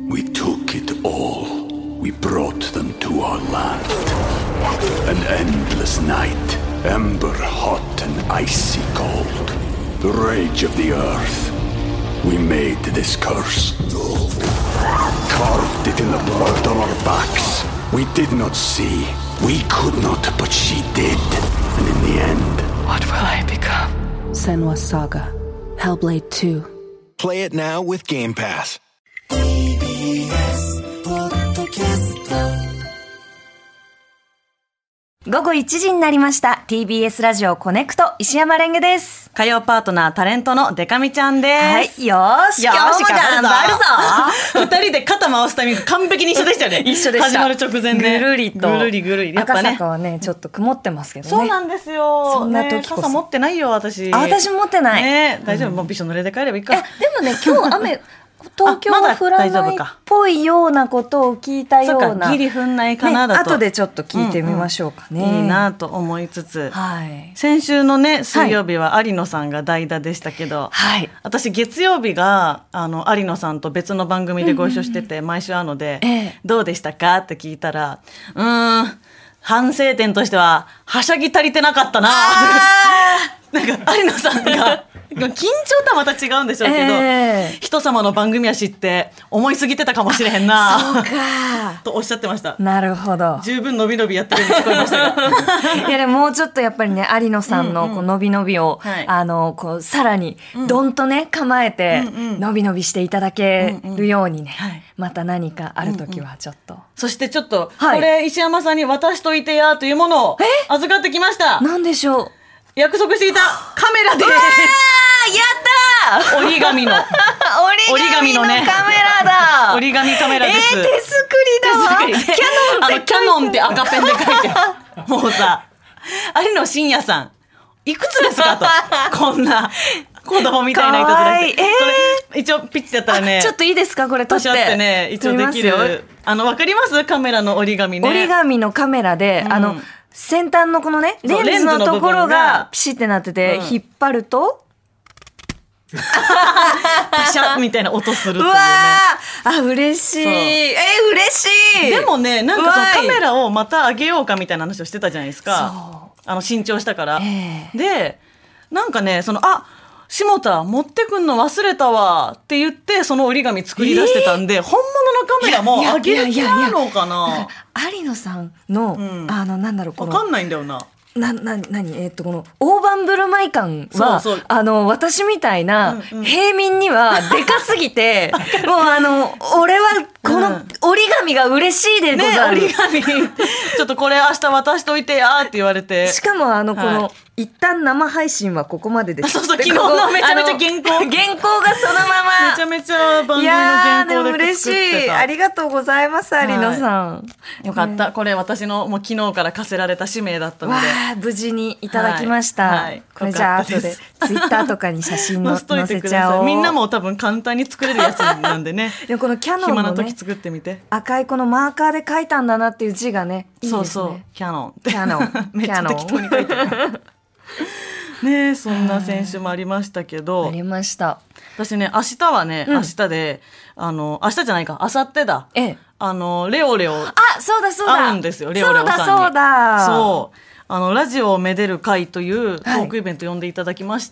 We took it all. We brought them to our land. An endless night, ember hot and icy cold. The rage of the earth. We made this curse. Carved it in the blood on our backs. We did not see. We could not, but she did. And in the end, what will I become? Senua's Saga. Hellblade 2. Play it now with Game Pass. TBS ポッドキャスト午後1時になりました。 TBS ラジオコネクト石山レンゲです。 火曜パートナータレントのデカミちゃんです。 はい、よーし今日も頑張るぞ。 二人で肩回すタイミング完璧に一緒でしたね。 一緒でした。 始まる直前ね。 ぐるりとぐるりぐるりやっぱね。 赤坂はねちょっと曇ってますけどね。 そうなんですよ。 そんな時こそ、 傘持ってないよ私。 私も持ってない。 ね、大丈夫、もうびしょ濡れで帰ればいいか。 でもね今日雨東京は降らないっぽいようなことを聞いたような。 ギリ降んないかなだと、 後でちょっと聞いてみましょうかね。 いいなと思いつつ、 はい、 先週のね水曜日は有野さんが代打でしたけど、 はい、 私月曜日が有野さんと別の番組でご一緒してて、毎週会うので、どうでしたかって聞いたら、反省点としてははしゃぎ足りてなかったな。なんか有野さんが緊張とはまた違うんでしょうけど、人様の番組は知って思いすぎてたかもしれへんな。 そうかとおっしゃってました。 なるほど。 十分伸び伸びやってるように聞こえましたがいやでももうちょっとやっぱりね有野さんのこう伸び伸びを、こうさらにどんとね構えて伸び伸びしていただけるようにね、また何かある時はちょっと、 そしてちょっと、これ石山さんに渡しといてやというものを預かってきました。 何でしょう。 約束していたカメラです。 やったー。 折り紙の折り紙のカメラだ。 折り紙カメラです。 手作りだわ。 キャノンって赤ペンで書いてある。もうさ、有野真也さんいくつですかと、こんな子供みたいないたずらして、これ一応ピッチだったらね、 ちょっといいですかこれ撮って。 年あってね一応できる。わかりますカメラの折り紙ね。 折り紙のカメラで、先端のこのねレンズのところがピシってなってて、引っ張るとパシャみたいな音するというね。 うわー、嬉しい。嬉しい。 でもね、なんかそのカメラをまた上げようかみたいな話をしてたじゃないですか。新調したから、でなんかね下田持ってくんの忘れたわって言ってその折り紙作り出してたんで、本物のカメラも上げる気なのかな。 有野さんの、なんだろう、 分かんないんだよな。この大盤振る舞い感は私みたいな平民にはでかすぎて、もう俺はこの折り紙が嬉しいでござる。 折り紙ちょっとこれ明日渡しといてやって言われて、 しかもこの一旦生配信はここまでです。 そう昨日のめちゃめちゃ原稿がそのままめちゃめちゃ番組の原稿で作ってた。いやーでも嬉しい。 ありがとうございます有野さん。 よかった。これ私のもう昨日から課せられた使命だったので、 無事にいただきました。これじゃあ後でツイッターとかに写真載せちゃおう。 みんなも多分簡単に作れるやつなんでね。 でもこのキャノンのね、 暇な時作ってみて。 赤いこのマーカーで書いたんだなっていう字がね、いいですね。 そうキャノンめっちゃ適当に書いてる。ね、そんな選手もありましたけど、 ありました。 私ね明日はね、明日で明日じゃないか明後日だ、レオレオそうだ会うんですよ。レオレオさんにそうラジオをめでる会というトークイベント呼んでいただきまして、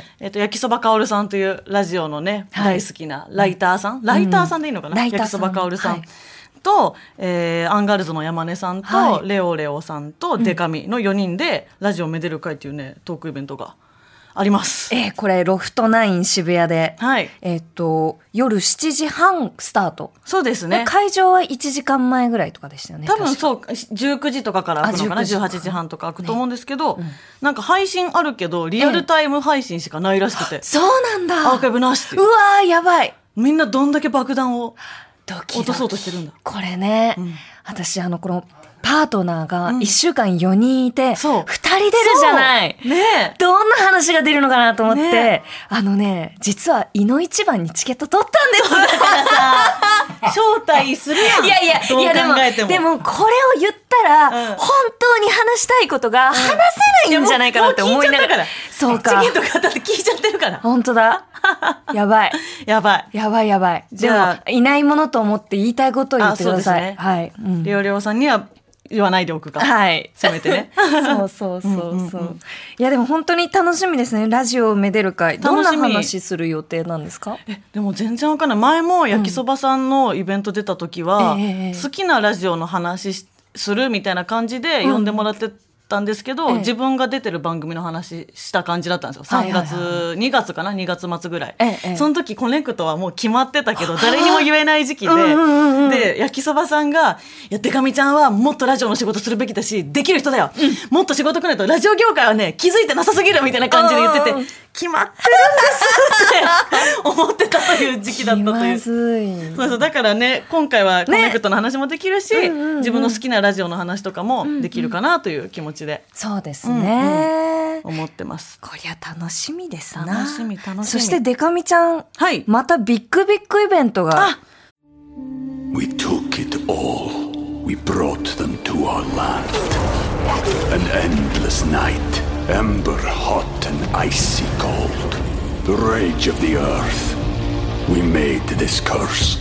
焼きそばかおるさんというラジオのね、大好きなライターさんでいいのかな、焼きそばかおるさんと、アンガールズの山根さんと、レオレオさんとデカミの4人でラジオめでる会っていうねトークイベントがあります。 これロフト9渋谷で、夜7時半スタート。 そうですね。 会場は1時間前ぐらいとかでしたよね。 多分そう19時とかから開くのかな、18時半とか開くと思うんですけど、なんか配信あるけどリアルタイム配信しかないらしくて、 そうなんだ。 アーカイブなしって。 うわーやばい。 みんなどんだけ爆弾を落とそうとしてるんだ。 これね、私このパートナーが1週間4人いて、2人出るじゃない。どんな話が出るのかなと思って、実はいの一番にチケット取ったんです。だからさ、 翔たりするやん。 いやいや、 どう考えても。 でもこれを言ったら、本当に話したいことが話せないんじゃないかなって思いながら。 そうか。次とかだって聞いちゃってるから。 本当だ。やばい。 やばい。 やばいやばい。でも、いないものと思って言いたいことを言ってください。ね、はい。 りょうりょうさんには言わないでおくか。 はい。 せめてね。 そう。いやでも本当に楽しみですね。ラジオめでる会。どんな話する予定なんですか？ でも全然わかんない。前も焼きそばさんのイベント出た時は、好きなラジオの話するみたいな感じで呼んでもらってたんですけど、自分が出てる番組の話した感じだったんですよ。3月、2月かな、2月末ぐらい。その時コネクトはもう決まってたけど、誰にも言えない時期で、で、焼きそばさんが、いや、でかみちゃんはもっとラジオの仕事するべきだし、できる人だよ。もっと仕事来ないと、ラジオ業界はね、気づいてなさすぎるみたいな感じで言ってて、決まってるんですって思ってたという時期だったという。そうだからね、今回はコネクトの話もできるし、自分の好きなラジオの話とかもできるかなという気持ちで。 そうですね。 思ってます。 こりゃ楽しみですな。 楽しみ。 そしてでかみちゃん、またビッグイベントが。 We took it all. We brought them to our land. An endless night, ember hot and icy cold. The rage of the earth. We made this curse.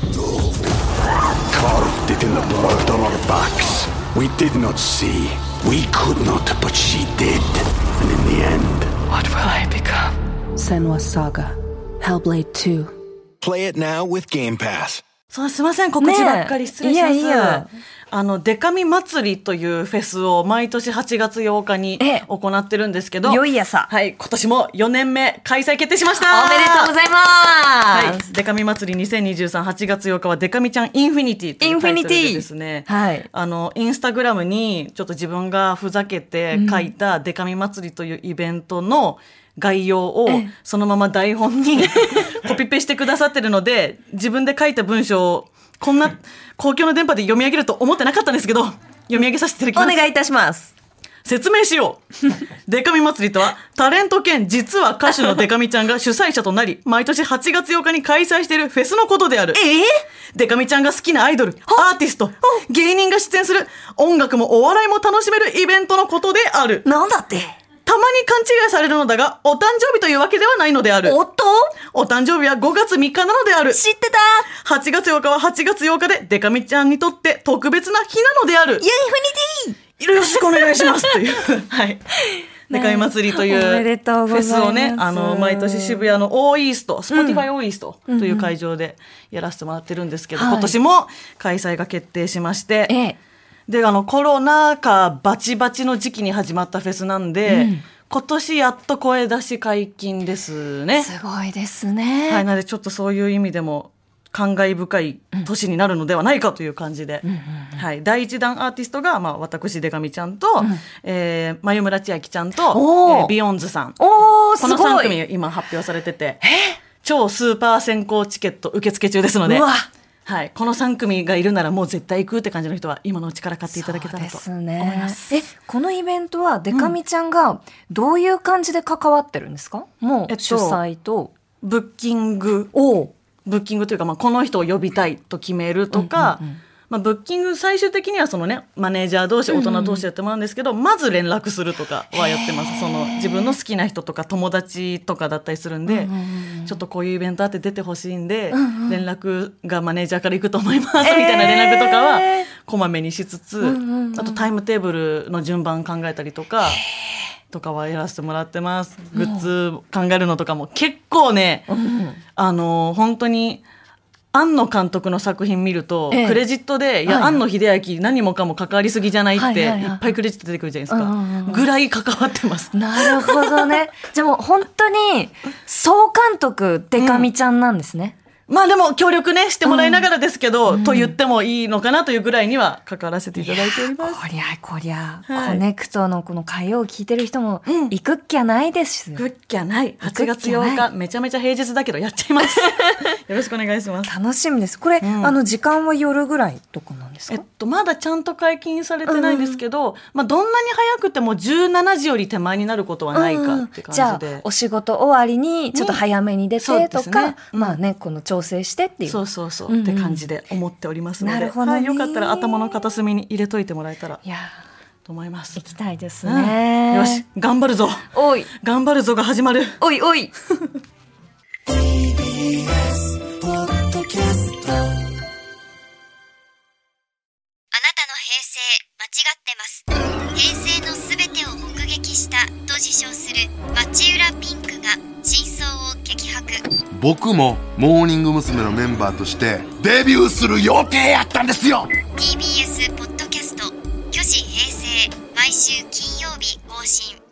Carved it in the blood on our backs. We did not see. We could not, but she did. And in the end, what will I become? Senua Saga. Hellblade 2. Play it now with Game Pass. すいません、告知ばっかり失礼します。いやデカミ祭りというフェスを毎年8月8日に行ってるんですけど、 よいやさ。 はい、今年も4年目開催決定しました。 おめでとうございます。 はい、デカミ祭り2023、8月8日はデカミちゃんインフィニティというタイトルでですね、 はい、 インスタグラムにちょっと自分がふざけて書いたデカミ祭りというイベントの概要をそのまま台本にコピペしてくださってるので、自分で書いた文章をこんな公共の電波で読み上げると思ってなかったんですけど、読み上げさせていただきます。 お願いいたします。 説明しよう。デカミ祭りとは、タレント兼実は歌手のデカミちゃんが主催者となり、毎年8月8日に開催しているフェスのことである。デカミちゃんが好きなアイドル、アーティスト、芸人が出演する音楽もお笑いも楽しめるイベントのことである。 なんだって？ たまに勘違いされるのだが、お誕生日というわけではないのである。 おっと？ お誕生日は5月3日なのである。 知ってた。 8月8日は8月8日で、デカミちゃんにとって特別な日なのである。 インフィニティ！ よろしくお願いしますという。はい。デカミ祭りというフェスをね、毎年渋谷のオーイースト、スポティファイオーイーストという会場でやらせてもらってるんですけど、今年も開催が決定しまして、で、コロナ禍バチバチの時期に始まったフェスなんで、今年やっと声出し解禁ですね。 すごいですね。 はい、なのでちょっとそういう意味でも感慨深い年になるのではないかという感じで、はい、第一弾アーティストが、私デカミちゃんと、眉村千秋ちゃんと、ビヨンズさん、この3組今発表されてて、超スーパー先行チケット受付中ですので、はい、この3組がいるならもう絶対行くって感じの人は今のうちから買っていただけたらと思います。 このイベントはデカミちゃんがどういう感じで関わってるんですか？もう主催とブッキングというか、この人を呼びたいと決めるとか、ブッキング最終的にはそのね、マネージャー同士、大人同士やってもらうんですけど、まず連絡するとかはやってます。その自分の好きな人とか友達とかだったりするんで、ちょっとこういうイベントあって出てほしいんで、連絡がマネージャーから行くと思いますみたいな連絡とかはこまめにしつつ、あとタイムテーブルの順番考えたりとかはやらせてもらってます。グッズ考えるのとかも結構ね、本当に庵野監督の作品見ると、クレジットで、庵野秀明何もかも関わりすぎじゃないって、いっぱいクレジット出てくるじゃないですか。ぐらい関わってます。 なるほどね。じゃあもう本当に、総監督デカミちゃんなんですね。 でも協力ねしてもらいながらですけど、と言ってもいいのかなというぐらいには関わらせていただいております。 こりゃ、コネクトのこの会を聞いてる人も行くっきゃないですよ。 行くっきゃない。8月8日めちゃめちゃ平日だけどやっちゃいます。よろしくお願いします。 楽しみです。これ、時間は夜ぐらいとかなんですか？ ですか？ まだちゃんと解禁されてないんですけど、どんなに早くても17時より手前になることはないかって感じで、 じゃあお仕事終わりにちょっと早めに出てとか、この調整してっていう、 そうって感じで思っておりますので、 なるほどね。 よかったら頭の片隅に入れといてもらえたらと思います。 行きたいですね。 よし、頑張るぞ。 おい、 頑張るぞが始まる。 おいおい。 TBS ポッドキャスト。 あなたの平成間違ってます。平成のすべてを目撃したと自称する町浦ピンクが真相を激白。 僕もモーニング娘。のメンバーとしてデビューする予定やったんですよ。 TBS ポッドキャスト、虚子平成、毎週金曜日更新。